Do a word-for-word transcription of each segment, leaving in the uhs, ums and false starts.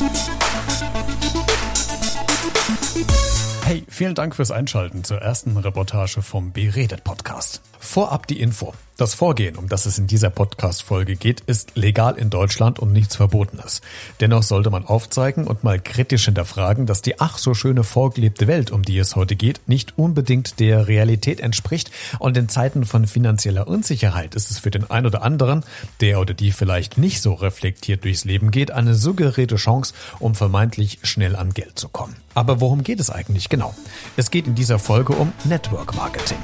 Hey, vielen Dank fürs Einschalten zur ersten Reportage vom Beredet Podcast. Vorab die Info. Das Vorgehen, um das es in dieser Podcast-Folge geht, ist legal in Deutschland und nichts Verbotenes. Dennoch sollte man aufzeigen und mal kritisch hinterfragen, dass die ach so schöne vorgelebte Welt, um die es heute geht, nicht unbedingt der Realität entspricht. Und in Zeiten von finanzieller Unsicherheit ist es für den einen oder anderen, der oder die vielleicht nicht so reflektiert durchs Leben geht, eine suggerierte Chance, um vermeintlich schnell an Geld zu kommen. Aber worum geht es eigentlich genau? Es geht in dieser Folge um Network Marketing.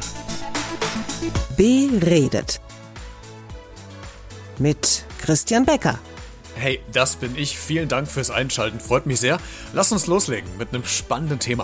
Beredet mit Christian Becker. Hey, das bin ich. Vielen Dank fürs Einschalten. Freut mich sehr. Lass uns loslegen mit einem spannenden Thema.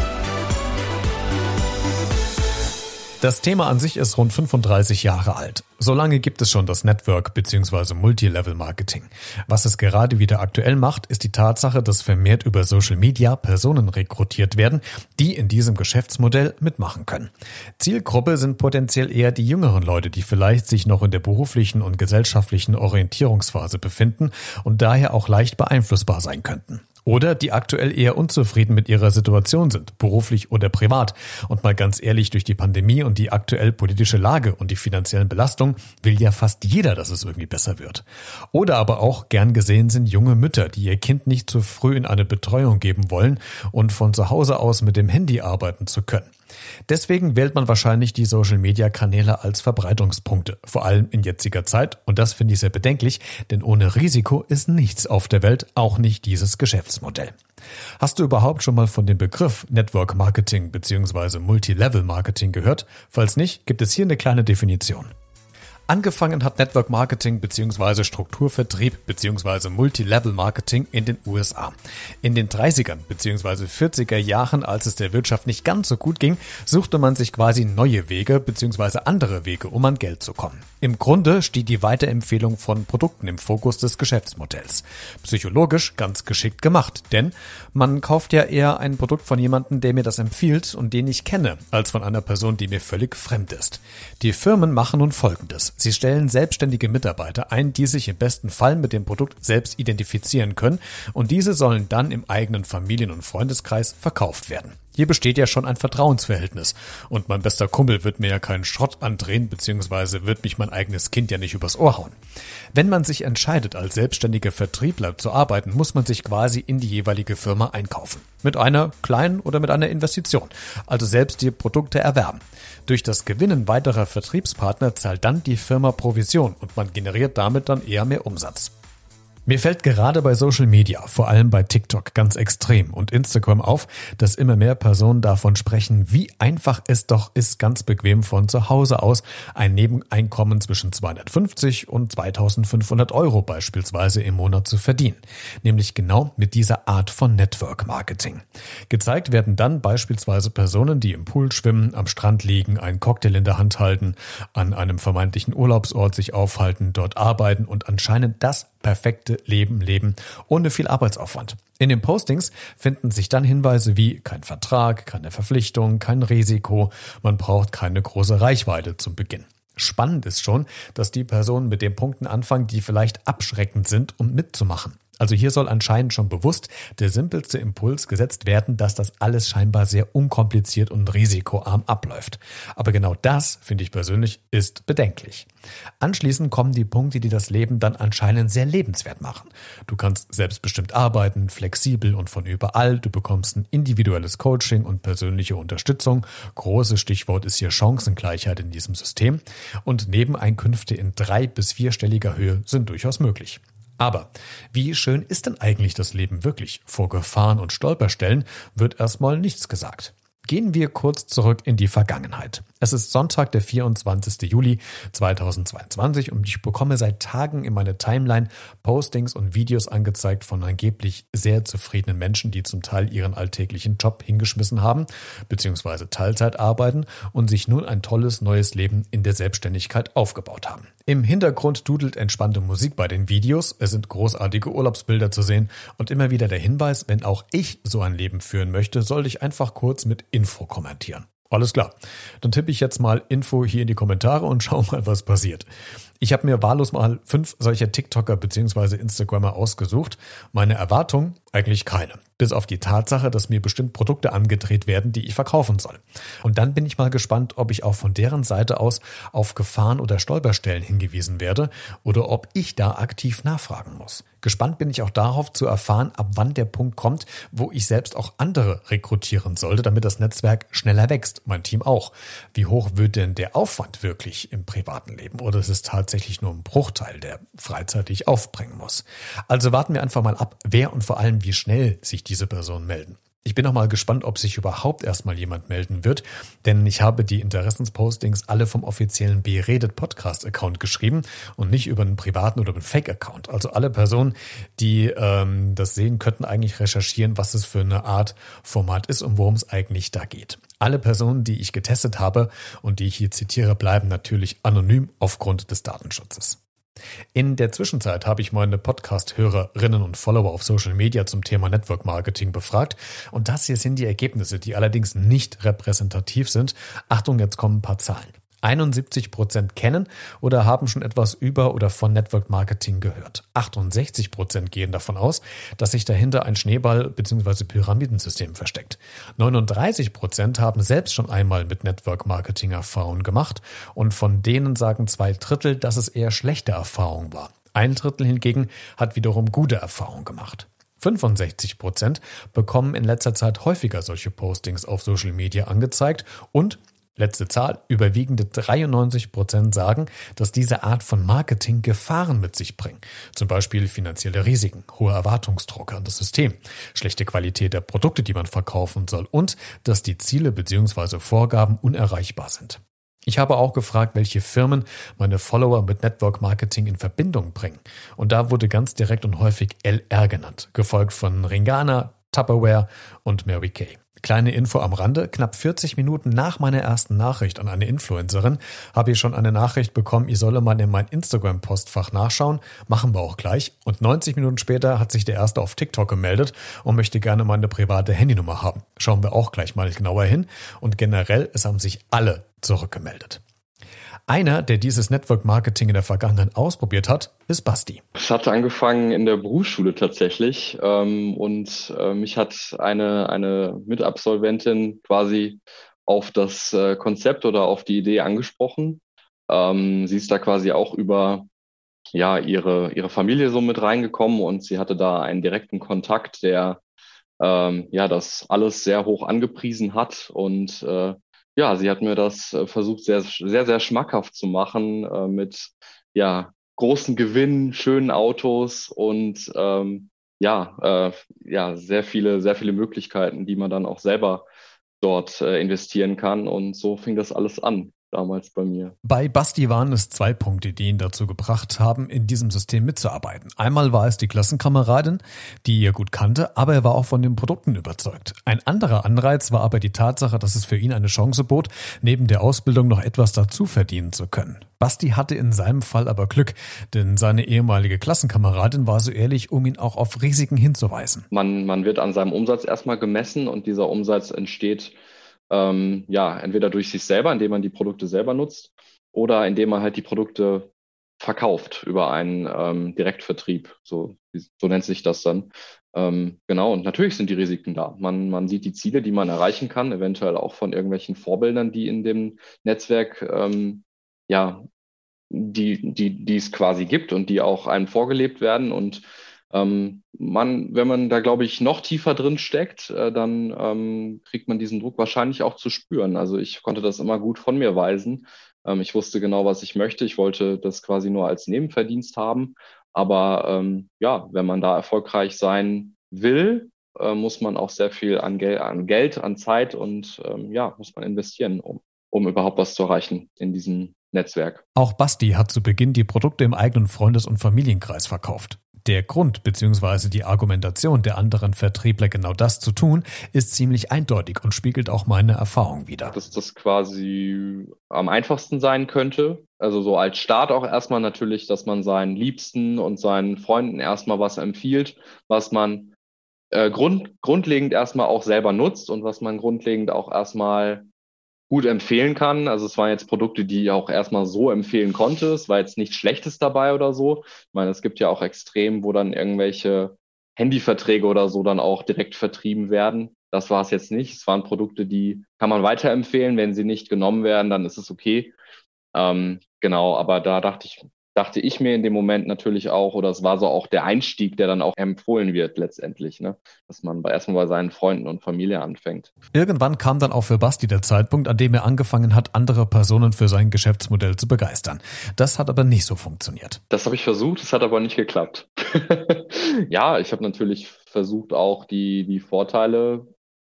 Das Thema an sich ist rund fünfunddreißig Jahre alt. So lange gibt es schon das Network bzw. Multilevel-Marketing. Was es gerade wieder aktuell macht, ist die Tatsache, dass vermehrt über Social Media Personen rekrutiert werden, die in diesem Geschäftsmodell mitmachen können. Zielgruppe sind potenziell eher die jüngeren Leute, die vielleicht sich noch in der beruflichen und gesellschaftlichen Orientierungsphase befinden und daher auch leicht beeinflussbar sein könnten. Oder die aktuell eher unzufrieden mit ihrer Situation sind, beruflich oder privat. Und mal ganz ehrlich, durch die Pandemie und die aktuell politische Lage und die finanziellen Belastungen will ja fast jeder, dass es irgendwie besser wird. Oder aber auch gern gesehen sind junge Mütter, die ihr Kind nicht zu früh in eine Betreuung geben wollen und von zu Hause aus mit dem Handy arbeiten zu können. Deswegen wählt man wahrscheinlich die Social-Media-Kanäle als Verbreitungspunkte, vor allem in jetziger Zeit. Und das finde ich sehr bedenklich, denn ohne Risiko ist nichts auf der Welt, auch nicht dieses Geschäftsmodell. Hast du überhaupt schon mal von dem Begriff Network Marketing bzw. Multilevel Marketing gehört? Falls nicht, gibt es hier eine kleine Definition. Angefangen hat Network Marketing bzw. Strukturvertrieb bzw. Multilevel Marketing in den U S A. In den dreißigern bzw. vierziger Jahren, als es der Wirtschaft nicht ganz so gut ging, suchte man sich quasi neue Wege bzw. andere Wege, um an Geld zu kommen. Im Grunde steht die Weiterempfehlung von Produkten im Fokus des Geschäftsmodells. Psychologisch ganz geschickt gemacht, denn man kauft ja eher ein Produkt von jemandem, der mir das empfiehlt und den ich kenne, als von einer Person, die mir völlig fremd ist. Die Firmen machen nun Folgendes. Sie stellen selbstständige Mitarbeiter ein, die sich im besten Fall mit dem Produkt selbst identifizieren können und diese sollen dann im eigenen Familien- und Freundeskreis verkauft werden. Hier besteht ja schon ein Vertrauensverhältnis und mein bester Kumpel wird mir ja keinen Schrott andrehen bzw. wird mich mein eigenes Kind ja nicht übers Ohr hauen. Wenn man sich entscheidet, als selbstständiger Vertriebler zu arbeiten, muss man sich quasi in die jeweilige Firma einkaufen. Mit einer kleinen oder mit einer Investition, also selbst die Produkte erwerben. Durch das Gewinnen weiterer Vertriebspartner zahlt dann die Firma Provision und man generiert damit dann eher mehr Umsatz. Mir fällt gerade bei Social Media, vor allem bei TikTok, ganz extrem und Instagram auf, dass immer mehr Personen davon sprechen, wie einfach es doch ist, ganz bequem von zu Hause aus ein Nebeneinkommen zwischen zweihundertfünfzig und zweitausendfünfhundert Euro beispielsweise im Monat zu verdienen. Nämlich genau mit dieser Art von Network Marketing. Gezeigt werden dann beispielsweise Personen, die im Pool schwimmen, am Strand liegen, einen Cocktail in der Hand halten, an einem vermeintlichen Urlaubsort sich aufhalten, dort arbeiten und anscheinend das perfekte Leben leben, ohne viel Arbeitsaufwand. In den Postings finden sich dann Hinweise wie kein Vertrag, keine Verpflichtung, kein Risiko, man braucht keine große Reichweite zum Beginn. Spannend ist schon, dass die Personen mit den Punkten anfangen, die vielleicht abschreckend sind, um mitzumachen. Also hier soll anscheinend schon bewusst der simpelste Impuls gesetzt werden, dass das alles scheinbar sehr unkompliziert und risikoarm abläuft. Aber genau das, finde ich persönlich, ist bedenklich. Anschließend kommen die Punkte, die das Leben dann anscheinend sehr lebenswert machen. Du kannst selbstbestimmt arbeiten, flexibel und von überall. Du bekommst ein individuelles Coaching und persönliche Unterstützung. Großes Stichwort ist hier Chancengleichheit in diesem System. Und Nebeneinkünfte in drei- bis vierstelliger Höhe sind durchaus möglich. Aber wie schön ist denn eigentlich das Leben wirklich? Vor Gefahren und Stolperstellen wird erstmal nichts gesagt. Gehen wir kurz zurück in die Vergangenheit. Es ist Sonntag, der vierundzwanzigster Juli zweitausendzweiundzwanzig und ich bekomme seit Tagen in meine Timeline Postings und Videos angezeigt von angeblich sehr zufriedenen Menschen, die zum Teil ihren alltäglichen Job hingeschmissen haben bzw. Teilzeit arbeiten und sich nun ein tolles neues Leben in der Selbstständigkeit aufgebaut haben. Im Hintergrund dudelt entspannte Musik bei den Videos, es sind großartige Urlaubsbilder zu sehen und immer wieder der Hinweis, wenn auch ich so ein Leben führen möchte, sollte ich einfach kurz mit Info kommentieren. Alles klar, dann tippe ich jetzt mal Info hier in die Kommentare und schau mal, was passiert. Ich habe mir wahllos mal fünf solcher TikToker bzw. Instagrammer ausgesucht. Meine Erwartung, Eigentlich keine. Bis auf die Tatsache, dass mir bestimmt Produkte angedreht werden, die ich verkaufen soll. Und dann bin ich mal gespannt, ob ich auch von deren Seite aus auf Gefahren oder Stolperstellen hingewiesen werde oder ob ich da aktiv nachfragen muss. Gespannt bin ich auch darauf zu erfahren, ab wann der Punkt kommt, wo ich selbst auch andere rekrutieren sollte, damit das Netzwerk schneller wächst, mein Team auch. Wie hoch wird denn der Aufwand wirklich im privaten Leben? Oder ist es tatsächlich nur ein Bruchteil der Freizeit, die ich aufbringen muss? Also warten wir einfach mal ab, wer und vor allem wie schnell sich diese Personen melden. Ich bin auch mal gespannt, ob sich überhaupt erstmal jemand melden wird, denn ich habe die Interessenspostings alle vom offiziellen Beredet Podcast-Account geschrieben und nicht über einen privaten oder einen Fake-Account. Also alle Personen, die ähm, das sehen, könnten eigentlich recherchieren, was es für eine Art Format ist und worum es eigentlich da geht. Alle Personen, die ich getestet habe und die ich hier zitiere, bleiben natürlich anonym aufgrund des Datenschutzes. In der Zwischenzeit habe ich meine Podcast-Hörerinnen und Follower auf Social Media zum Thema Network Marketing befragt und das hier sind die Ergebnisse, die allerdings nicht repräsentativ sind. Achtung, jetzt kommen ein paar Zahlen. einundsiebzig Prozent kennen oder haben schon etwas über oder von Network Marketing gehört. achtundsechzig Prozent gehen davon aus, dass sich dahinter ein Schneeball- bzw. Pyramidensystem versteckt. neununddreißig Prozent haben selbst schon einmal mit Network Marketing Erfahrungen gemacht und von denen sagen zwei Drittel, dass es eher schlechte Erfahrung war. Ein Drittel hingegen hat wiederum gute Erfahrungen gemacht. fünfundsechzig Prozent bekommen in letzter Zeit häufiger solche Postings auf Social Media angezeigt und letzte Zahl, überwiegende dreiundneunzig Prozent sagen, dass diese Art von Marketing Gefahren mit sich bringt. Zum Beispiel finanzielle Risiken, hoher Erwartungsdruck an das System, schlechte Qualität der Produkte, die man verkaufen soll und dass die Ziele bzw. Vorgaben unerreichbar sind. Ich habe auch gefragt, welche Firmen meine Follower mit Network Marketing in Verbindung bringen. Und da wurde ganz direkt und häufig L R genannt, gefolgt von Ringana, Tupperware und Mary Kay. Kleine Info am Rande, knapp vierzig Minuten nach meiner ersten Nachricht an eine Influencerin habe ich schon eine Nachricht bekommen, ich solle mal in mein Instagram-Postfach nachschauen, machen wir auch gleich. Und neunzig Minuten später hat sich der Erste auf TikTok gemeldet und möchte gerne meine private Handynummer haben. Schauen wir auch gleich mal genauer hin. Und generell, es haben sich alle zurückgemeldet. Einer, der dieses Network Marketing in der Vergangenheit ausprobiert hat, ist Basti. Es hat angefangen in der Berufsschule tatsächlich ähm, und äh, mich hat eine, eine Mitabsolventin quasi auf das äh, Konzept oder auf die Idee angesprochen. Ähm, sie ist da quasi auch über ja, ihre, ihre Familie so mit reingekommen und sie hatte da einen direkten Kontakt, der ähm, ja das alles sehr hoch angepriesen hat und äh, ja, sie hat mir das äh, versucht, sehr, sehr, sehr schmackhaft zu machen, äh, mit ja, großen Gewinnen, schönen Autos und ähm, ja, äh, ja, sehr viele, sehr viele Möglichkeiten, die man dann auch selber dort äh, investieren kann. Und so fing das alles an, damals bei mir. Bei Basti waren es zwei Punkte, die ihn dazu gebracht haben, in diesem System mitzuarbeiten. Einmal war es die Klassenkameradin, die er gut kannte, aber er war auch von den Produkten überzeugt. Ein anderer Anreiz war aber die Tatsache, dass es für ihn eine Chance bot, neben der Ausbildung noch etwas dazu verdienen zu können. Basti hatte in seinem Fall aber Glück, denn seine ehemalige Klassenkameradin war so ehrlich, um ihn auch auf Risiken hinzuweisen. Man, man wird an seinem Umsatz erstmal gemessen und dieser Umsatz entsteht ähm, ja entweder durch sich selber, indem man die Produkte selber nutzt oder indem man halt die Produkte verkauft über einen ähm, Direktvertrieb, so, so nennt sich das dann. Ähm, genau, und natürlich sind die Risiken da. Man, man sieht die Ziele, die man erreichen kann, eventuell auch von irgendwelchen Vorbildern, die in dem Netzwerk ähm, ja, die, die, die es quasi gibt und die auch einem vorgelebt werden. Und ähm, man, wenn man da, glaube ich, noch tiefer drin steckt, äh, dann ähm, kriegt man diesen Druck wahrscheinlich auch zu spüren. Also ich konnte das immer gut von mir weisen. Ähm, ich wusste genau, was ich möchte. Ich wollte das quasi nur als Nebenverdienst haben. Aber ähm, ja, wenn man da erfolgreich sein will, äh, muss man auch sehr viel an, Gel an Geld, an Zeit und ähm, ja, muss man investieren, um, um überhaupt was zu erreichen in diesem Netzwerk. Auch Basti hat zu Beginn die Produkte im eigenen Freundes- und Familienkreis verkauft. Der Grund bzw. die Argumentation der anderen Vertriebler, genau das zu tun, ist ziemlich eindeutig und spiegelt auch meine Erfahrung wider. Dass das quasi am einfachsten sein könnte. Also so als Start auch erstmal natürlich, dass man seinen Liebsten und seinen Freunden erstmal was empfiehlt, was man äh, grund, grundlegend erstmal auch selber nutzt und was man grundlegend auch erstmal gut empfehlen kann. Also es waren jetzt Produkte, die ich auch erstmal so empfehlen konnte. Es war jetzt nichts Schlechtes dabei oder so. Ich meine, es gibt ja auch Extrem, wo dann irgendwelche Handyverträge oder so dann auch direkt vertrieben werden. Das war es jetzt nicht. Es waren Produkte, die kann man weiterempfehlen. Wenn sie nicht genommen werden, dann ist es okay. Ähm, genau, aber da dachte ich, dachte ich mir in dem Moment natürlich auch, oder es war so auch der Einstieg, der dann auch empfohlen wird letztendlich, ne? Dass man bei, erstmal bei seinen Freunden und Familie anfängt. Irgendwann kam dann auch für Basti der Zeitpunkt, an dem er angefangen hat, andere Personen für sein Geschäftsmodell zu begeistern. Das hat aber nicht so funktioniert. Das habe ich versucht, es hat aber nicht geklappt. Ja, ich habe natürlich versucht, auch die, die Vorteile,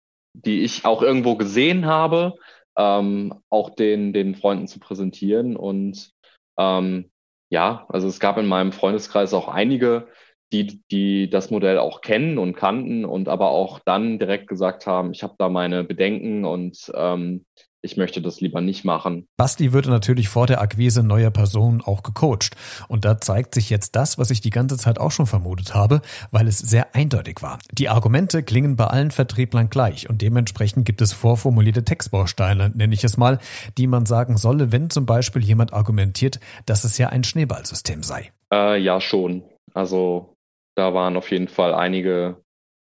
die ich auch irgendwo gesehen habe, ähm, auch den, den Freunden zu präsentieren. Und ähm, ja, also es gab in meinem Freundeskreis auch einige, die, die das Modell auch kennen und kannten und aber auch dann direkt gesagt haben, ich habe da meine Bedenken und ähm, ich möchte das lieber nicht machen. Basti würde natürlich vor der Akquise neuer Personen auch gecoacht. Und da zeigt sich jetzt das, was ich die ganze Zeit auch schon vermutet habe, weil es sehr eindeutig war. Die Argumente klingen bei allen Vertrieblern gleich und dementsprechend gibt es vorformulierte Textbausteine, nenne ich es mal, die man sagen solle, wenn zum Beispiel jemand argumentiert, dass es ja ein Schneeballsystem sei. Äh, ja, schon. Also da waren auf jeden Fall einige,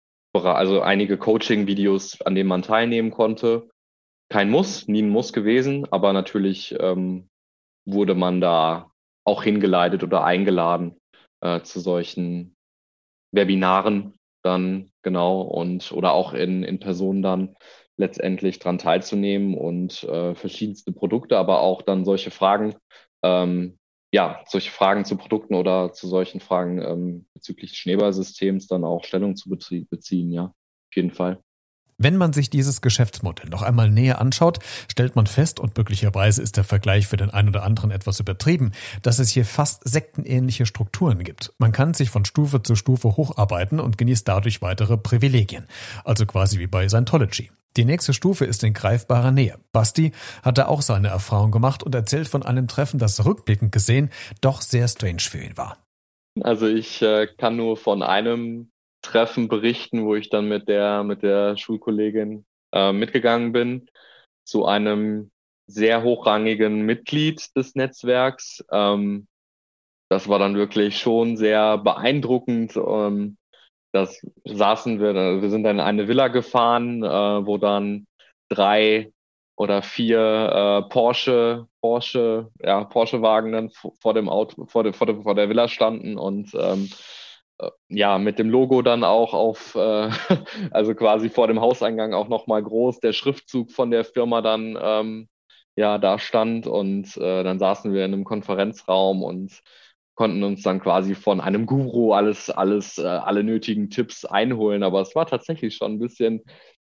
also einige Coaching-Videos, an denen man teilnehmen konnte. Kein Muss, nie ein Muss gewesen, aber natürlich ähm, wurde man da auch hingeleitet oder eingeladen äh, zu solchen Webinaren dann, genau, und oder auch in, in Person dann letztendlich dran teilzunehmen und äh, verschiedenste Produkte, aber auch dann solche Fragen, ähm, ja, solche Fragen zu Produkten oder zu solchen Fragen ähm, bezüglich des Schneeballsystems dann auch Stellung zu beziehen, ja, auf jeden Fall. Wenn man sich dieses Geschäftsmodell noch einmal näher anschaut, stellt man fest, und möglicherweise ist der Vergleich für den einen oder anderen etwas übertrieben, dass es hier fast sektenähnliche Strukturen gibt. Man kann sich von Stufe zu Stufe hocharbeiten und genießt dadurch weitere Privilegien. Also quasi wie bei Scientology. Die nächste Stufe ist in greifbarer Nähe. Basti hat da auch seine Erfahrung gemacht und erzählt von einem Treffen, das rückblickend gesehen doch sehr strange für ihn war. Also ich äh, kann nur von einem Treffen berichten, wo ich dann mit der mit der Schulkollegin äh, mitgegangen bin, zu einem sehr hochrangigen Mitglied des Netzwerks. Ähm, das war dann wirklich schon sehr beeindruckend. Ähm, das saßen wir, wir sind dann in eine Villa gefahren, äh, wo dann drei oder vier äh, Porsche, Porsche, ja, Porsche-Wagen dann vor dem Auto, vor der, vor der, vor der Villa standen und ähm, ja, mit dem Logo dann auch auf, äh, also quasi vor dem Hauseingang auch nochmal groß der Schriftzug von der Firma dann ähm, ja da stand und äh, dann saßen wir in einem Konferenzraum und konnten uns dann quasi von einem Guru alles, alles, äh, alle nötigen Tipps einholen. Aber es war tatsächlich schon ein bisschen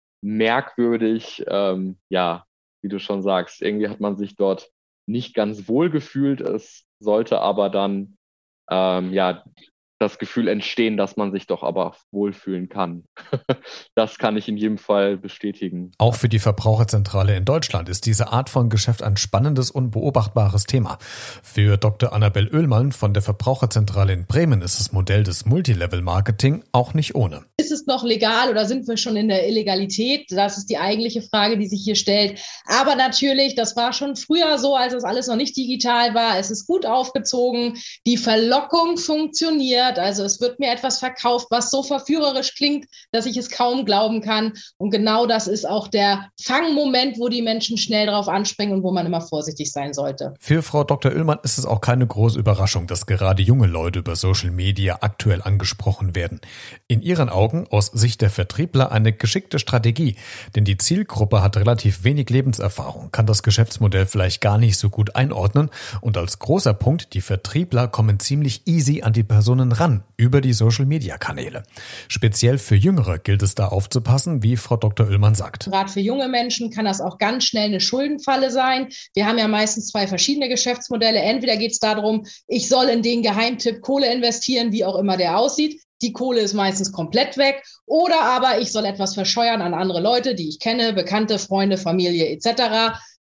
merkwürdig, ähm, ja, wie du schon sagst. Irgendwie hat man sich dort nicht ganz wohl gefühlt. Es sollte aber dann ähm, ja das Gefühl entstehen, dass man sich doch aber wohlfühlen kann. Das kann ich in jedem Fall bestätigen. Auch für die Verbraucherzentrale in Deutschland ist diese Art von Geschäft ein spannendes und beobachtbares Thema. Für Doktor Annabel Oehlmann von der Verbraucherzentrale in Bremen ist das Modell des Multilevel-Marketing auch nicht ohne. Ist es noch legal oder sind wir schon in der Illegalität? Das ist die eigentliche Frage, die sich hier stellt. Aber natürlich, das war schon früher so, als das alles noch nicht digital war. Es ist gut aufgezogen. Die Verlockung funktioniert. Also es wird mir etwas verkauft, was so verführerisch klingt, dass ich es kaum glauben kann. Und genau das ist auch der Fangmoment, wo die Menschen schnell drauf anspringen und wo man immer vorsichtig sein sollte. Für Frau Doktor Oehlmann ist es auch keine große Überraschung, dass gerade junge Leute über Social Media aktuell angesprochen werden. In ihren Augen aus Sicht der Vertriebler eine geschickte Strategie, denn die Zielgruppe hat relativ wenig Lebenserfahrung, kann das Geschäftsmodell vielleicht gar nicht so gut einordnen und als großer Punkt, die Vertriebler kommen ziemlich easy an die Personen ran, über die Social-Media-Kanäle. Speziell für Jüngere gilt es da aufzupassen, wie Frau Doktor Oehlmann sagt. Gerade für junge Menschen kann das auch ganz schnell eine Schuldenfalle sein. Wir haben ja meistens zwei verschiedene Geschäftsmodelle. Entweder geht es darum, ich soll in den Geheimtipp Kohle investieren, wie auch immer der aussieht. Die Kohle ist meistens komplett weg. Oder aber ich soll etwas verscheuern an andere Leute, die ich kenne, Bekannte, Freunde, Familie et cetera.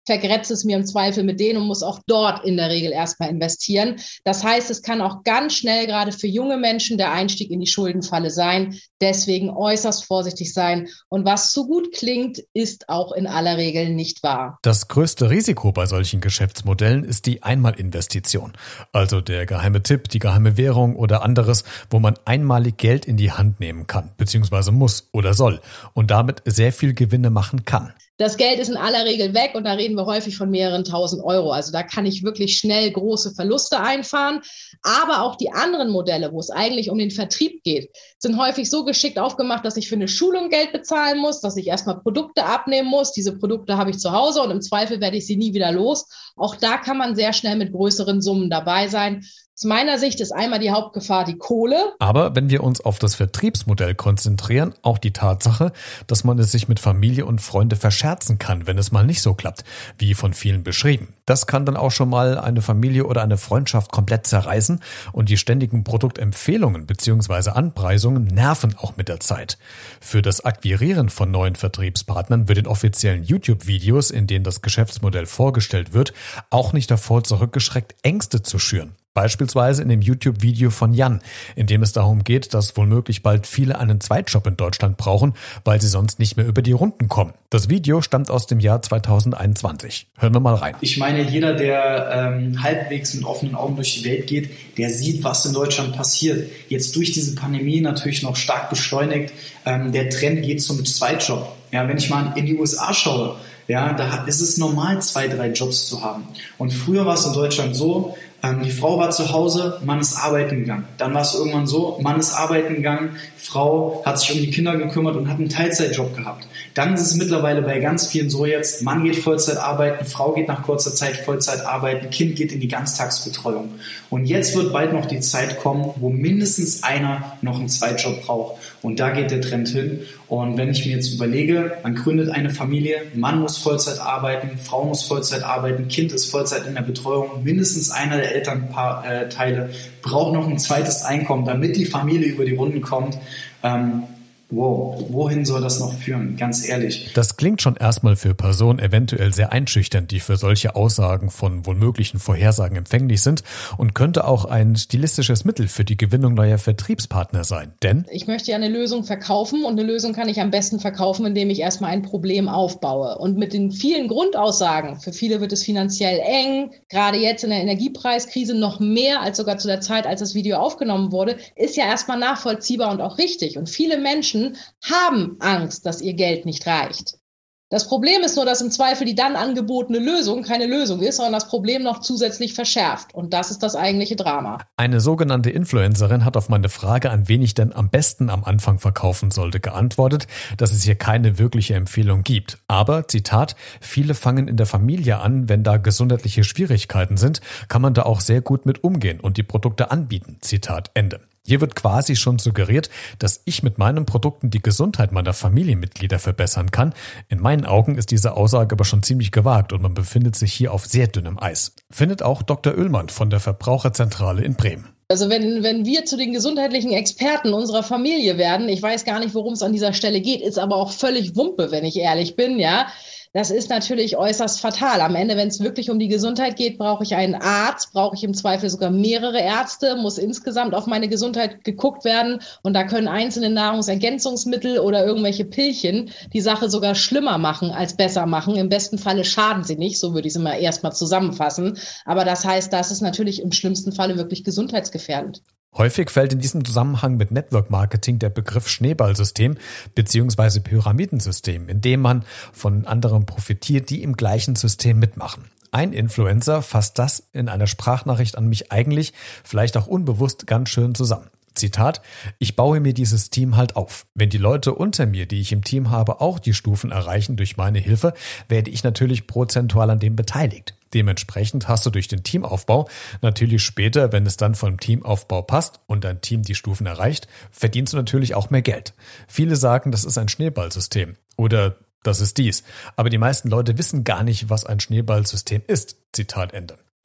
vergrätze es mir im Zweifel mit denen und muss auch dort in der Regel erstmal investieren. Das heißt, es kann auch ganz schnell gerade für junge Menschen der Einstieg in die Schuldenfalle sein. Deswegen äußerst vorsichtig sein. Und was zu gut klingt, ist auch in aller Regel nicht wahr. Das größte Risiko bei solchen Geschäftsmodellen ist die Einmalinvestition. Also der geheime Tipp, die geheime Währung oder anderes, wo man einmalig Geld in die Hand nehmen kann, beziehungsweise muss oder soll und damit sehr viel Gewinne machen kann. Das Geld ist in aller Regel weg und da reden wir häufig von mehreren tausend Euro. Also da kann ich wirklich schnell große Verluste einfahren. Aber auch die anderen Modelle, wo es eigentlich um den Vertrieb geht, sind häufig so geschickt aufgemacht, dass ich für eine Schulung Geld bezahlen muss, dass ich erstmal Produkte abnehmen muss. Diese Produkte habe ich zu Hause und im Zweifel werde ich sie nie wieder los. Auch da kann man sehr schnell mit größeren Summen dabei sein. Aus meiner Sicht ist einmal die Hauptgefahr die Kohle. Aber wenn wir uns auf das Vertriebsmodell konzentrieren, auch die Tatsache, dass man es sich mit Familie und Freunde verscherzen kann, wenn es mal nicht so klappt, wie von vielen beschrieben. Das kann dann auch schon mal eine Familie oder eine Freundschaft komplett zerreißen und die ständigen Produktempfehlungen bzw. Anpreisungen nerven auch mit der Zeit. Für das Akquirieren von neuen Vertriebspartnern wird in offiziellen YouTube-Videos, in denen das Geschäftsmodell vorgestellt wird, auch nicht davor zurückgeschreckt, Ängste zu schüren. Beispielsweise in dem YouTube-Video von Jan, in dem es darum geht, dass womöglich bald viele einen Zweitjob in Deutschland brauchen, weil sie sonst nicht mehr über die Runden kommen. Das Video stammt aus dem Jahr zweitausendeinundzwanzig. Hören wir mal rein. Ich meine, jeder, der ähm, halbwegs mit offenen Augen durch die Welt geht, der sieht, was in Deutschland passiert. Jetzt durch diese Pandemie natürlich noch stark beschleunigt. Ähm, der Trend geht zum Zweitjob. Ja, wenn ich mal in die U S A schaue, ja, da ist es normal, zwei, drei Jobs zu haben. Und früher war es in Deutschland so, ähm, die Frau war zu Hause, Mann ist arbeiten gegangen. Dann war es irgendwann so, Mann ist arbeiten gegangen, Frau hat sich um die Kinder gekümmert und hat einen Teilzeitjob gehabt. Dann ist es mittlerweile bei ganz vielen so jetzt, Mann geht Vollzeit arbeiten, Frau geht nach kurzer Zeit Vollzeit arbeiten, Kind geht in die Ganztagsbetreuung. Und jetzt wird bald noch die Zeit kommen, wo mindestens einer noch einen Zweitjob braucht. Und da geht der Trend hin. Und wenn ich mir jetzt überlege, man gründet eine Familie, Mann muss Vollzeit arbeiten, Frau muss Vollzeit arbeiten, Kind ist Vollzeit in der Betreuung, mindestens einer der Elternteile braucht noch ein zweites Einkommen, damit die Familie über die Runden kommt. Ähm, Wow, wohin soll das noch führen? Ganz ehrlich. Das klingt schon erstmal für Personen eventuell sehr einschüchternd, die für solche Aussagen von wohl möglichen Vorhersagen empfänglich sind und könnte auch ein stilistisches Mittel für die Gewinnung neuer Vertriebspartner sein. Denn ich möchte ja eine Lösung verkaufen und eine Lösung kann ich am besten verkaufen, indem ich erstmal ein Problem aufbaue. Und mit den vielen Grundaussagen, für viele wird es finanziell eng, gerade jetzt in der Energiepreiskrise noch mehr als sogar zu der Zeit, als das Video aufgenommen wurde, ist ja erstmal nachvollziehbar und auch richtig. Und viele Menschen haben Angst, dass ihr Geld nicht reicht. Das Problem ist nur, dass im Zweifel die dann angebotene Lösung keine Lösung ist, sondern das Problem noch zusätzlich verschärft. Und das ist das eigentliche Drama. Eine sogenannte Influencerin hat auf meine Frage, an wen ich denn am besten am Anfang verkaufen sollte, geantwortet, dass es hier keine wirkliche Empfehlung gibt. Aber, Zitat, viele fangen in der Familie an, wenn da gesundheitliche Schwierigkeiten sind, kann man da auch sehr gut mit umgehen und die Produkte anbieten. Zitat Ende. Hier wird quasi schon suggeriert, dass ich mit meinen Produkten die Gesundheit meiner Familienmitglieder verbessern kann. In meinen Augen ist diese Aussage aber schon ziemlich gewagt und man befindet sich hier auf sehr dünnem Eis. Findet auch Doktor Oehlmann von der Verbraucherzentrale in Bremen. Also wenn, wenn wir zu den gesundheitlichen Experten unserer Familie werden, ich weiß gar nicht, worum es an dieser Stelle geht, ist aber auch völlig Wumpe, wenn ich ehrlich bin, ja. Das ist natürlich äußerst fatal. Am Ende, wenn es wirklich um die Gesundheit geht, brauche ich einen Arzt, brauche ich im Zweifel sogar mehrere Ärzte, muss insgesamt auf meine Gesundheit geguckt werden. Und da können einzelne Nahrungsergänzungsmittel oder irgendwelche Pillchen die Sache sogar schlimmer machen als besser machen. Im besten Falle schaden sie nicht, so würde ich es immer erstmal zusammenfassen. Aber das heißt, das ist natürlich im schlimmsten Falle wirklich gesundheitsgefährdend. Häufig fällt in diesem Zusammenhang mit Network Marketing der Begriff Schneeballsystem bzw. Pyramidensystem, in dem man von anderen profitiert, die im gleichen System mitmachen. Ein Influencer fasst das in einer Sprachnachricht an mich eigentlich, vielleicht auch unbewusst, ganz schön zusammen. Zitat, ich baue mir dieses Team halt auf. Wenn die Leute unter mir, die ich im Team habe, auch die Stufen erreichen durch meine Hilfe, werde ich natürlich prozentual an dem beteiligt. Dementsprechend hast du durch den Teamaufbau natürlich später, wenn es dann vom Teamaufbau passt und dein Team die Stufen erreicht, verdienst du natürlich auch mehr Geld. Viele sagen, das ist ein Schneeballsystem oder das ist dies. Aber die meisten Leute wissen gar nicht, was ein Schneeballsystem ist. Zitat Ende.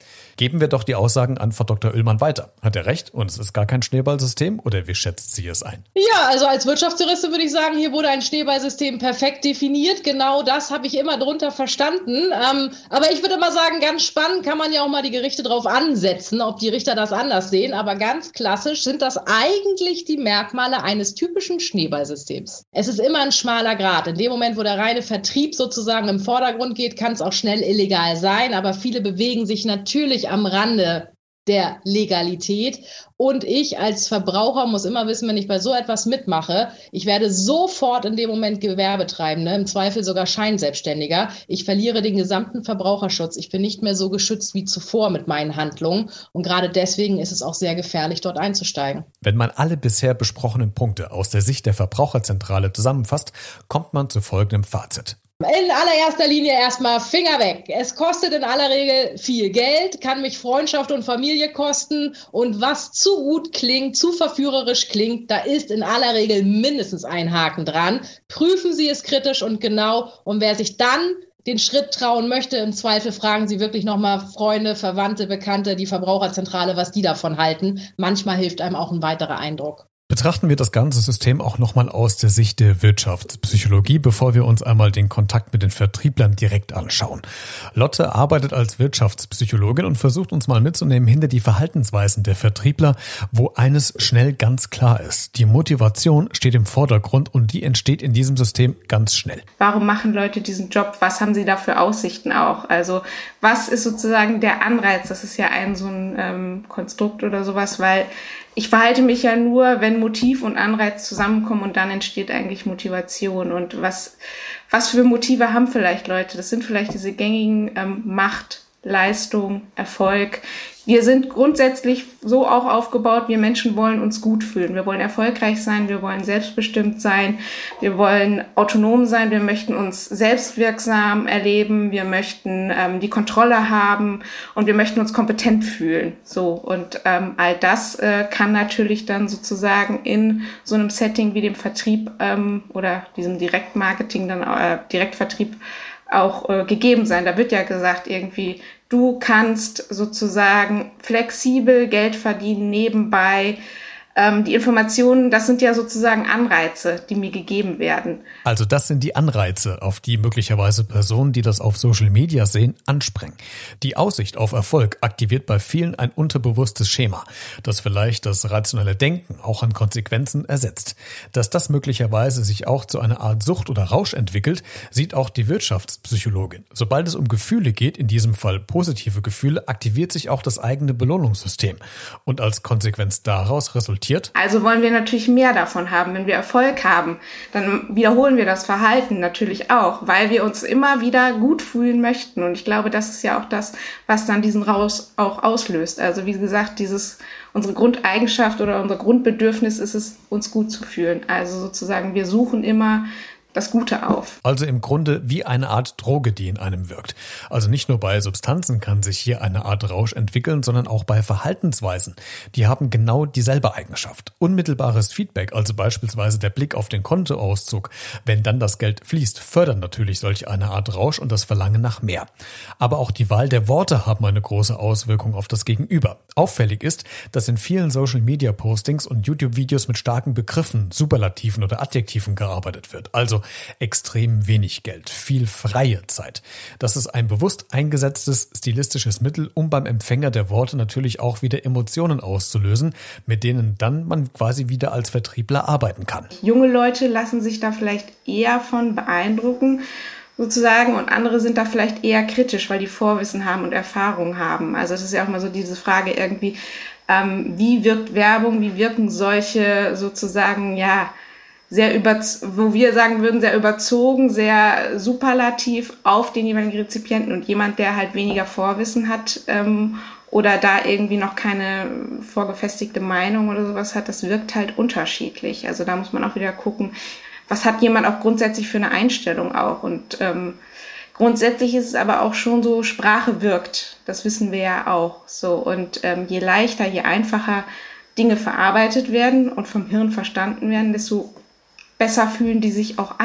Geben wir doch die Aussagen an Frau Doktor Uellmann weiter. Hat er recht und es ist gar kein Schneeballsystem oder wie schätzt sie es ein? Ja, also als Wirtschaftsjuristin würde ich sagen, hier wurde ein Schneeballsystem perfekt definiert. Genau das habe ich immer drunter verstanden. Ähm, aber ich würde mal sagen, ganz spannend kann man ja auch mal die Gerichte drauf ansetzen, ob die Richter das anders sehen. Aber ganz klassisch sind das eigentlich die Merkmale eines typischen Schneeballsystems. Es ist immer ein schmaler Grat. In dem Moment, wo der reine Vertrieb sozusagen im Vordergrund geht, kann es auch schnell illegal sein. Aber viele bewegen sich natürlich am Rande der Legalität. Und ich als Verbraucher muss immer wissen, wenn ich bei so etwas mitmache, ich werde sofort in dem Moment Gewerbetreibende, im Zweifel sogar Scheinselbstständiger. Ich verliere den gesamten Verbraucherschutz. Ich bin nicht mehr so geschützt wie zuvor mit meinen Handlungen. Und gerade deswegen ist es auch sehr gefährlich, dort einzusteigen. Wenn man alle bisher besprochenen Punkte aus der Sicht der Verbraucherzentrale zusammenfasst, kommt man zu folgendem Fazit. In allererster Linie erstmal Finger weg. Es kostet in aller Regel viel Geld, kann mich Freundschaft und Familie kosten und was zu gut klingt, zu verführerisch klingt, da ist in aller Regel mindestens ein Haken dran. Prüfen Sie es kritisch und genau und wer sich dann den Schritt trauen möchte, im Zweifel fragen Sie wirklich nochmal Freunde, Verwandte, Bekannte, die Verbraucherzentrale, was die davon halten. Manchmal hilft einem auch ein weiterer Eindruck. Betrachten wir das ganze System auch nochmal aus der Sicht der Wirtschaftspsychologie, bevor wir uns einmal den Kontakt mit den Vertrieblern direkt anschauen. Lotte arbeitet als Wirtschaftspsychologin und versucht uns mal mitzunehmen hinter die Verhaltensweisen der Vertriebler, wo eines schnell ganz klar ist. Die Motivation steht im Vordergrund und die entsteht in diesem System ganz schnell. Warum machen Leute diesen Job? Was haben sie da für Aussichten auch? Also was ist sozusagen der Anreiz? Das ist ja ein so ein ähm, Konstrukt oder sowas, weil ich verhalte mich ja nur, wenn Motiv und Anreiz zusammenkommen und dann entsteht eigentlich Motivation. Und was, was für Motive haben vielleicht Leute? Das sind vielleicht diese gängigen ähm, Macht, Leistung, Erfolg. Wir sind grundsätzlich so auch aufgebaut, wir Menschen wollen uns gut fühlen. Wir wollen erfolgreich sein, wir wollen selbstbestimmt sein, wir wollen autonom sein, wir möchten uns selbstwirksam erleben, wir möchten ähm, die Kontrolle haben und wir möchten uns kompetent fühlen. So, und ähm, all das äh, kann natürlich dann sozusagen in so einem Setting wie dem Vertrieb ähm, oder diesem Direktmarketing, dann äh, Direktvertrieb auch äh, gegeben sein. Da wird ja gesagt irgendwie, du kannst sozusagen flexibel Geld verdienen nebenbei. Ähm, die Informationen, das sind ja sozusagen Anreize, die mir gegeben werden. Also das sind die Anreize, auf die möglicherweise Personen, die das auf Social Media sehen, anspringen. Die Aussicht auf Erfolg aktiviert bei vielen ein unterbewusstes Schema, das vielleicht das rationelle Denken auch an Konsequenzen ersetzt. Dass das möglicherweise sich auch zu einer Art Sucht oder Rausch entwickelt, sieht auch die Wirtschaftspsychologin. Sobald es um Gefühle geht, in diesem Fall positive Gefühle, aktiviert sich auch das eigene Belohnungssystem. Und als Konsequenz daraus resultiert Also wollen wir natürlich mehr davon haben. Wenn wir Erfolg haben, dann wiederholen wir das Verhalten natürlich auch, weil wir uns immer wieder gut fühlen möchten. Und ich glaube, das ist ja auch das, was dann diesen Rausch auch auslöst. Also wie gesagt, dieses unsere Grundeigenschaft oder unser Grundbedürfnis ist es, uns gut zu fühlen. Also sozusagen, wir suchen immer das Gute auf. Also im Grunde wie eine Art Droge, die in einem wirkt. Also nicht nur bei Substanzen kann sich hier eine Art Rausch entwickeln, sondern auch bei Verhaltensweisen. Die haben genau dieselbe Eigenschaft. Unmittelbares Feedback, also beispielsweise der Blick auf den Kontoauszug, wenn dann das Geld fließt, fördern natürlich solch eine Art Rausch und das Verlangen nach mehr. Aber auch die Wahl der Worte haben eine große Auswirkung auf das Gegenüber. Auffällig ist, dass in vielen Social-Media-Postings und YouTube-Videos mit starken Begriffen, Superlativen oder Adjektiven gearbeitet wird. Also extrem wenig Geld, viel freie Zeit. Das ist ein bewusst eingesetztes stilistisches Mittel, um beim Empfänger der Worte natürlich auch wieder Emotionen auszulösen, mit denen dann man quasi wieder als Vertriebler arbeiten kann. Junge Leute lassen sich da vielleicht eher von beeindrucken, sozusagen, und andere sind da vielleicht eher kritisch, weil die Vorwissen haben und Erfahrung haben. Also es ist ja auch mal so diese Frage irgendwie, ähm, wie wirkt Werbung, wie wirken solche sozusagen, ja, sehr über, wo wir sagen würden, sehr überzogen, sehr superlativ auf den jeweiligen Rezipienten, und jemand, der halt weniger Vorwissen hat ähm, oder da irgendwie noch keine vorgefestigte Meinung oder sowas hat, das wirkt halt unterschiedlich. Also da muss man auch wieder gucken, was hat jemand auch grundsätzlich für eine Einstellung auch. Und ähm, grundsätzlich ist es aber auch schon so, Sprache wirkt. Das wissen wir ja auch so. Und ähm, je leichter, je einfacher Dinge verarbeitet werden und vom Hirn verstanden werden, desto besser fühlen die sich auch an.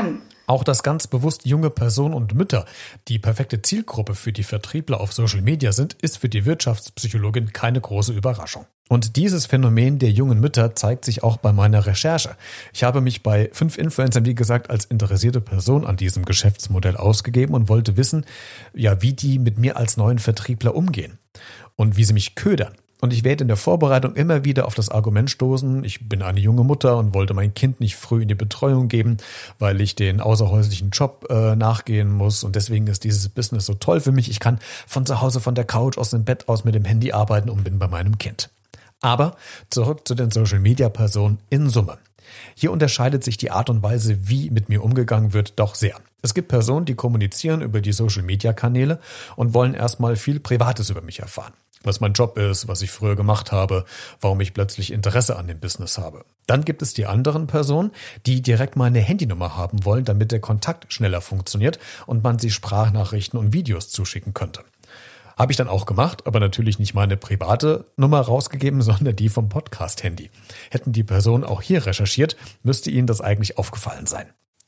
Auch dass ganz bewusst junge Personen und Mütter die perfekte Zielgruppe für die Vertriebler auf Social Media sind, ist für die Wirtschaftspsychologin keine große Überraschung. Und dieses Phänomen der jungen Mütter zeigt sich auch bei meiner Recherche. Ich habe mich bei fünf Influencern, wie gesagt, als interessierte Person an diesem Geschäftsmodell ausgegeben und wollte wissen, ja, wie die mit mir als neuen Vertriebler umgehen und wie sie mich ködern. Und ich werde in der Vorbereitung immer wieder auf das Argument stoßen, ich bin eine junge Mutter und wollte mein Kind nicht früh in die Betreuung geben, weil ich den außerhäuslichen Job äh, nachgehen muss und deswegen ist dieses Business so toll für mich. Ich kann von zu Hause, von der Couch, aus dem Bett aus mit dem Handy arbeiten und bin bei meinem Kind. Aber zurück zu den Social-Media-Personen in Summe. Hier unterscheidet sich die Art und Weise, wie mit mir umgegangen wird, doch sehr. Es gibt Personen, die kommunizieren über die Social-Media-Kanäle und wollen erstmal viel Privates über mich erfahren. Was mein Job ist, was ich früher gemacht habe, warum ich plötzlich Interesse an dem Business habe. Dann gibt es die anderen Personen, die direkt meine Handynummer haben wollen, damit der Kontakt schneller funktioniert und man sie Sprachnachrichten und Videos zuschicken könnte. Habe ich dann auch gemacht, aber natürlich nicht meine private Nummer rausgegeben, sondern die vom Podcast-Handy. Hätten die Personen auch hier recherchiert, müsste ihnen das eigentlich aufgefallen sein.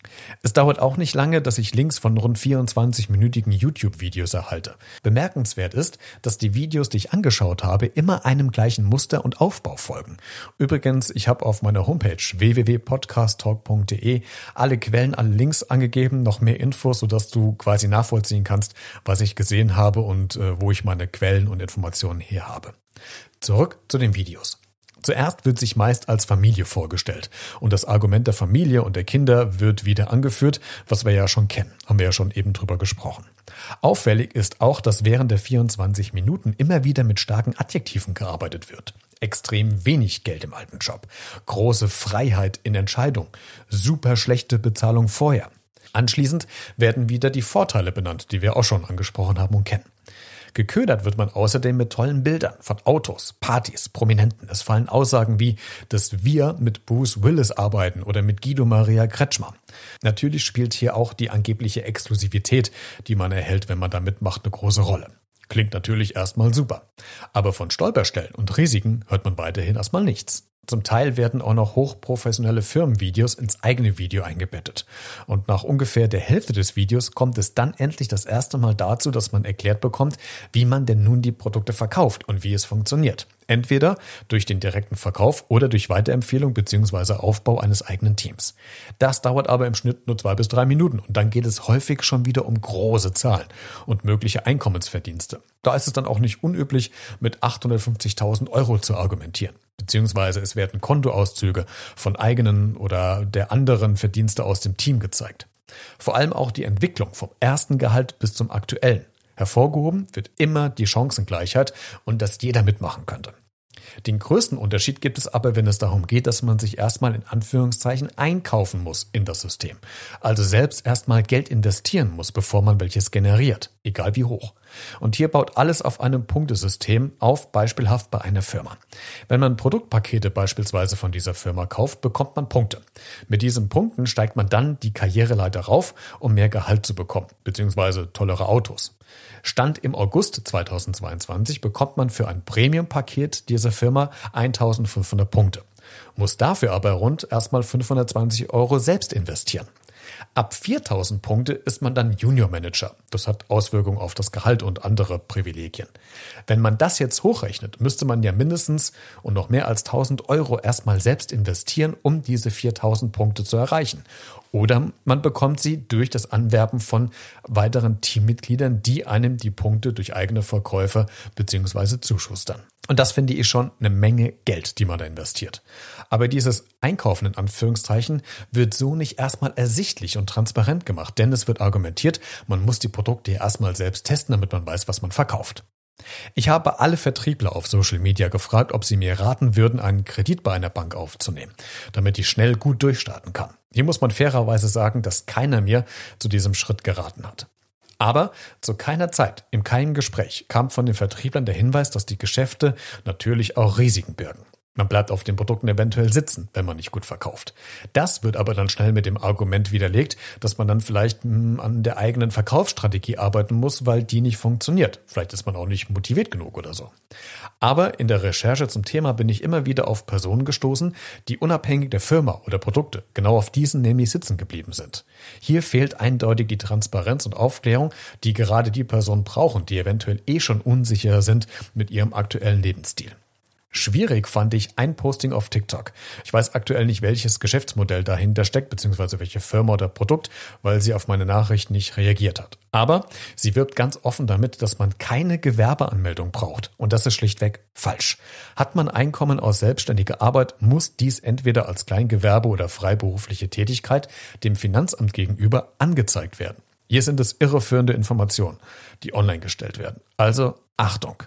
Es dauert auch nicht lange, dass ich Links von rund vierundzwanzig-minütigen YouTube-Videos erhalte. Bemerkenswert ist, dass die Videos, die ich angeschaut habe, immer einem gleichen Muster und Aufbau folgen. Übrigens, ich habe auf meiner Homepage w w w punkt podcast talk punkt d e alle Quellen, alle Links angegeben, noch mehr Infos, sodass du quasi nachvollziehen kannst, was ich gesehen habe und äh, wo ich meine Quellen und Informationen her habe. Zurück zu den Videos. Zuerst wird sich meist als Familie vorgestellt und das Argument der Familie und der Kinder wird wieder angeführt, was wir ja schon kennen, haben wir ja schon eben drüber gesprochen. Auffällig ist auch, dass während der vierundzwanzig Minuten immer wieder mit starken Adjektiven gearbeitet wird. Extrem wenig Geld im alten Job, große Freiheit in Entscheidung, super schlechte Bezahlung vorher. Anschließend werden wieder die Vorteile benannt, die wir auch schon angesprochen haben und kennen. Geködert wird man außerdem mit tollen Bildern von Autos, Partys, Prominenten. Es fallen Aussagen wie, dass wir mit Bruce Willis arbeiten oder mit Guido Maria Kretschmer. Natürlich spielt hier auch die angebliche Exklusivität, die man erhält, wenn man da mitmacht, eine große Rolle. Klingt natürlich erstmal super. Aber von Stolperstellen und Risiken hört man weiterhin erstmal nichts. Zum Teil werden auch noch hochprofessionelle Firmenvideos ins eigene Video eingebettet. Und nach ungefähr der Hälfte des Videos kommt es dann endlich das erste Mal dazu, dass man erklärt bekommt, wie man denn nun die Produkte verkauft und wie es funktioniert. Entweder durch den direkten Verkauf oder durch Weiterempfehlung bzw. Aufbau eines eigenen Teams. Das dauert aber im Schnitt nur zwei bis drei Minuten und dann geht es häufig schon wieder um große Zahlen und mögliche Einkommensverdienste. Da ist es dann auch nicht unüblich, mit achthundertfünfzigtausend Euro zu argumentieren. Beziehungsweise es werden Kontoauszüge von eigenen oder der anderen Verdienste aus dem Team gezeigt. Vor allem auch die Entwicklung vom ersten Gehalt bis zum aktuellen. Hervorgehoben wird immer die Chancengleichheit und dass jeder mitmachen könnte. Den größten Unterschied gibt es aber, wenn es darum geht, dass man sich erstmal in Anführungszeichen einkaufen muss in das System. Also selbst erstmal Geld investieren muss, bevor man welches generiert, egal wie hoch. Und hier baut alles auf einem Punktesystem auf, beispielhaft bei einer Firma. Wenn man Produktpakete beispielsweise von dieser Firma kauft, bekommt man Punkte. Mit diesen Punkten steigt man dann die Karriereleiter rauf, um mehr Gehalt zu bekommen, beziehungsweise tollere Autos. Stand im August zweitausendzweiundzwanzig bekommt man für ein Premium-Paket dieser Firma eintausendfünfhundert Punkte, muss dafür aber rund erstmal fünfhundertzwanzig Euro selbst investieren. Ab viertausend Punkte ist man dann Junior Manager. Das hat Auswirkungen auf das Gehalt und andere Privilegien. Wenn man das jetzt hochrechnet, müsste man ja mindestens und noch mehr als tausend Euro erstmal selbst investieren, um diese viertausend Punkte zu erreichen. Oder man bekommt sie durch das Anwerben von weiteren Teammitgliedern, die einem die Punkte durch eigene Verkäufe bzw. zuschustern. Und das finde ich schon eine Menge Geld, die man da investiert. Aber dieses Einkaufen in Anführungszeichen wird so nicht erstmal ersichtlich und transparent gemacht, denn es wird argumentiert, man muss die Produkte ja erstmal selbst testen, damit man weiß, was man verkauft. Ich habe alle Vertriebler auf Social Media gefragt, ob sie mir raten würden, einen Kredit bei einer Bank aufzunehmen, damit ich schnell gut durchstarten kann. Hier muss man fairerweise sagen, dass keiner mir zu diesem Schritt geraten hat. Aber zu keiner Zeit, in keinem Gespräch, kam von den Vertrieblern der Hinweis, dass die Geschäfte natürlich auch Risiken birgen. Man bleibt auf den Produkten eventuell sitzen, wenn man nicht gut verkauft. Das wird aber dann schnell mit dem Argument widerlegt, dass man dann vielleicht mh, an der eigenen Verkaufsstrategie arbeiten muss, weil die nicht funktioniert. Vielleicht ist man auch nicht motiviert genug oder so. Aber in der Recherche zum Thema bin ich immer wieder auf Personen gestoßen, die unabhängig der Firma oder Produkte genau auf diesen nämlich sitzen geblieben sind. Hier fehlt eindeutig die Transparenz und Aufklärung, die gerade die Personen brauchen, die eventuell eh schon unsicher sind mit ihrem aktuellen Lebensstil. Schwierig fand ich ein Posting auf TikTok. Ich weiß aktuell nicht, welches Geschäftsmodell dahinter steckt, beziehungsweise welche Firma oder Produkt, weil sie auf meine Nachricht nicht reagiert hat. Aber sie wirbt ganz offen damit, dass man keine Gewerbeanmeldung braucht. Und das ist schlichtweg falsch. Hat man Einkommen aus selbstständiger Arbeit, muss dies entweder als Kleingewerbe oder freiberufliche Tätigkeit dem Finanzamt gegenüber angezeigt werden. Hier sind es irreführende Informationen, die online gestellt werden. Also Achtung!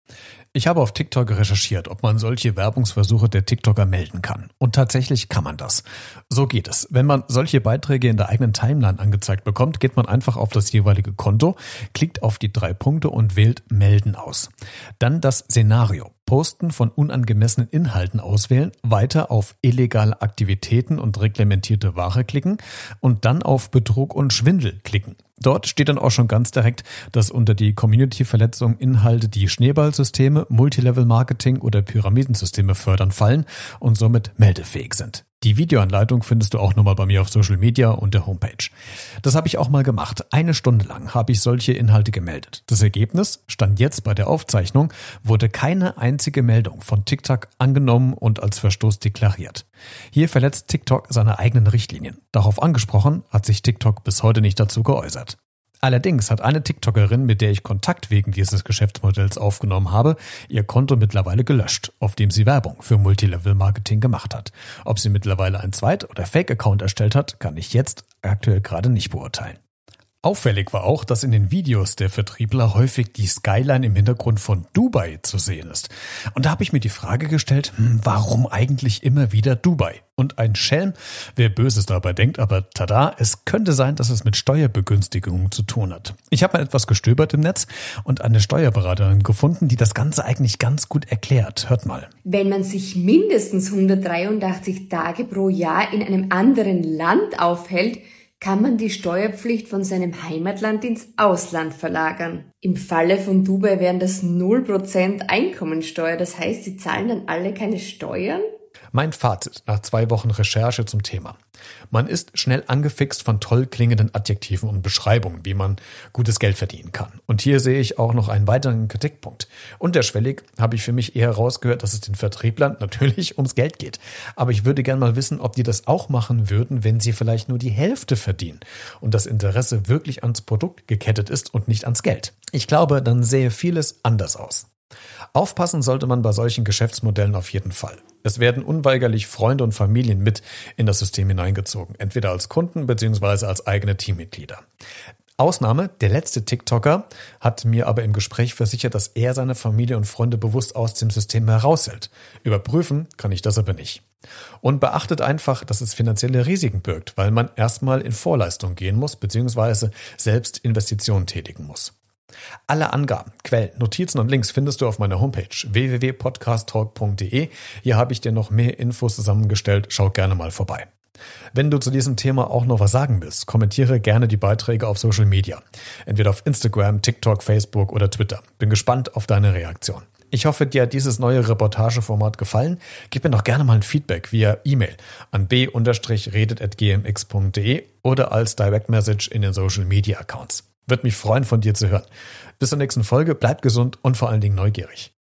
Ich habe auf TikTok recherchiert, ob man solche Werbungsversuche der TikToker melden kann. Und tatsächlich kann man das. So geht es. Wenn man solche Beiträge in der eigenen Timeline angezeigt bekommt, geht man einfach auf das jeweilige Konto, klickt auf die drei Punkte und wählt Melden aus. Dann das Szenario. Posten von unangemessenen Inhalten auswählen, weiter auf illegale Aktivitäten und reglementierte Ware klicken und dann auf Betrug und Schwindel klicken. Dort steht dann auch schon ganz direkt, dass unter die Community-Verletzung Inhalte, die Schneeballsysteme, Multilevel-Marketing oder Pyramidensysteme fördern, fallen und somit meldefähig sind. Die Videoanleitung findest du auch nochmal bei mir auf Social Media und der Homepage. Das habe ich auch mal gemacht. Eine Stunde lang habe ich solche Inhalte gemeldet. Das Ergebnis, stand jetzt bei der Aufzeichnung, wurde keine einzige Meldung von TikTok angenommen und als Verstoß deklariert. Hier verletzt TikTok seine eigenen Richtlinien. Darauf angesprochen hat sich TikTok bis heute nicht dazu geäußert. Allerdings hat eine TikTokerin, mit der ich Kontakt wegen dieses Geschäftsmodells aufgenommen habe, ihr Konto mittlerweile gelöscht, auf dem sie Werbung für Multilevel-Marketing gemacht hat. Ob sie mittlerweile ein Zweit- oder Fake-Account erstellt hat, kann ich jetzt aktuell gerade nicht beurteilen. Auffällig war auch, dass in den Videos der Vertriebler häufig die Skyline im Hintergrund von Dubai zu sehen ist. Und da habe ich mir die Frage gestellt, hm, warum eigentlich immer wieder Dubai? Und ein Schelm, wer Böses dabei denkt, aber tada, es könnte sein, dass es mit Steuerbegünstigungen zu tun hat. Ich habe mal etwas gestöbert im Netz und eine Steuerberaterin gefunden, die das Ganze eigentlich ganz gut erklärt. Hört mal. Wenn man sich mindestens hundertdreiundachtzig Tage pro Jahr in einem anderen Land aufhält, kann man die Steuerpflicht von seinem Heimatland ins Ausland verlagern. Im Falle von Dubai wären das null Prozent Einkommensteuer, das heißt, sie zahlen dann alle keine Steuern? Mein Fazit nach zwei Wochen Recherche zum Thema. Man ist schnell angefixt von toll klingenden Adjektiven und Beschreibungen, wie man gutes Geld verdienen kann. Und hier sehe ich auch noch einen weiteren Kritikpunkt. Unterschwellig habe ich für mich eher rausgehört, dass es den Vertrieblern natürlich ums Geld geht. Aber ich würde gerne mal wissen, ob die das auch machen würden, wenn sie vielleicht nur die Hälfte verdienen und das Interesse wirklich ans Produkt gekettet ist und nicht ans Geld. Ich glaube, dann sähe vieles anders aus. Aufpassen sollte man bei solchen Geschäftsmodellen auf jeden Fall. Es werden unweigerlich Freunde und Familien mit in das System hineingezogen, entweder als Kunden bzw. als eigene Teammitglieder. Ausnahme, der letzte TikToker hat mir aber im Gespräch versichert, dass er seine Familie und Freunde bewusst aus dem System heraushält. Überprüfen kann ich das aber nicht. Und beachtet einfach, dass es finanzielle Risiken birgt, weil man erstmal in Vorleistung gehen muss bzw. selbst Investitionen tätigen muss. Alle Angaben, Quellen, Notizen und Links findest du auf meiner Homepage w w w punkt podcast talk punkt d e. Hier habe ich dir noch mehr Infos zusammengestellt. Schau gerne mal vorbei. Wenn du zu diesem Thema auch noch was sagen willst, kommentiere gerne die Beiträge auf Social Media. Entweder auf Instagram, TikTok, Facebook oder Twitter. Bin gespannt auf deine Reaktion. Ich hoffe, dir hat dieses neue Reportageformat gefallen. Gib mir doch gerne mal ein Feedback via E-Mail an b redet at g m x punkt d e oder als Direct Message in den Social Media Accounts. Würde mich freuen, von dir zu hören. Bis zur nächsten Folge, bleib gesund und vor allen Dingen neugierig.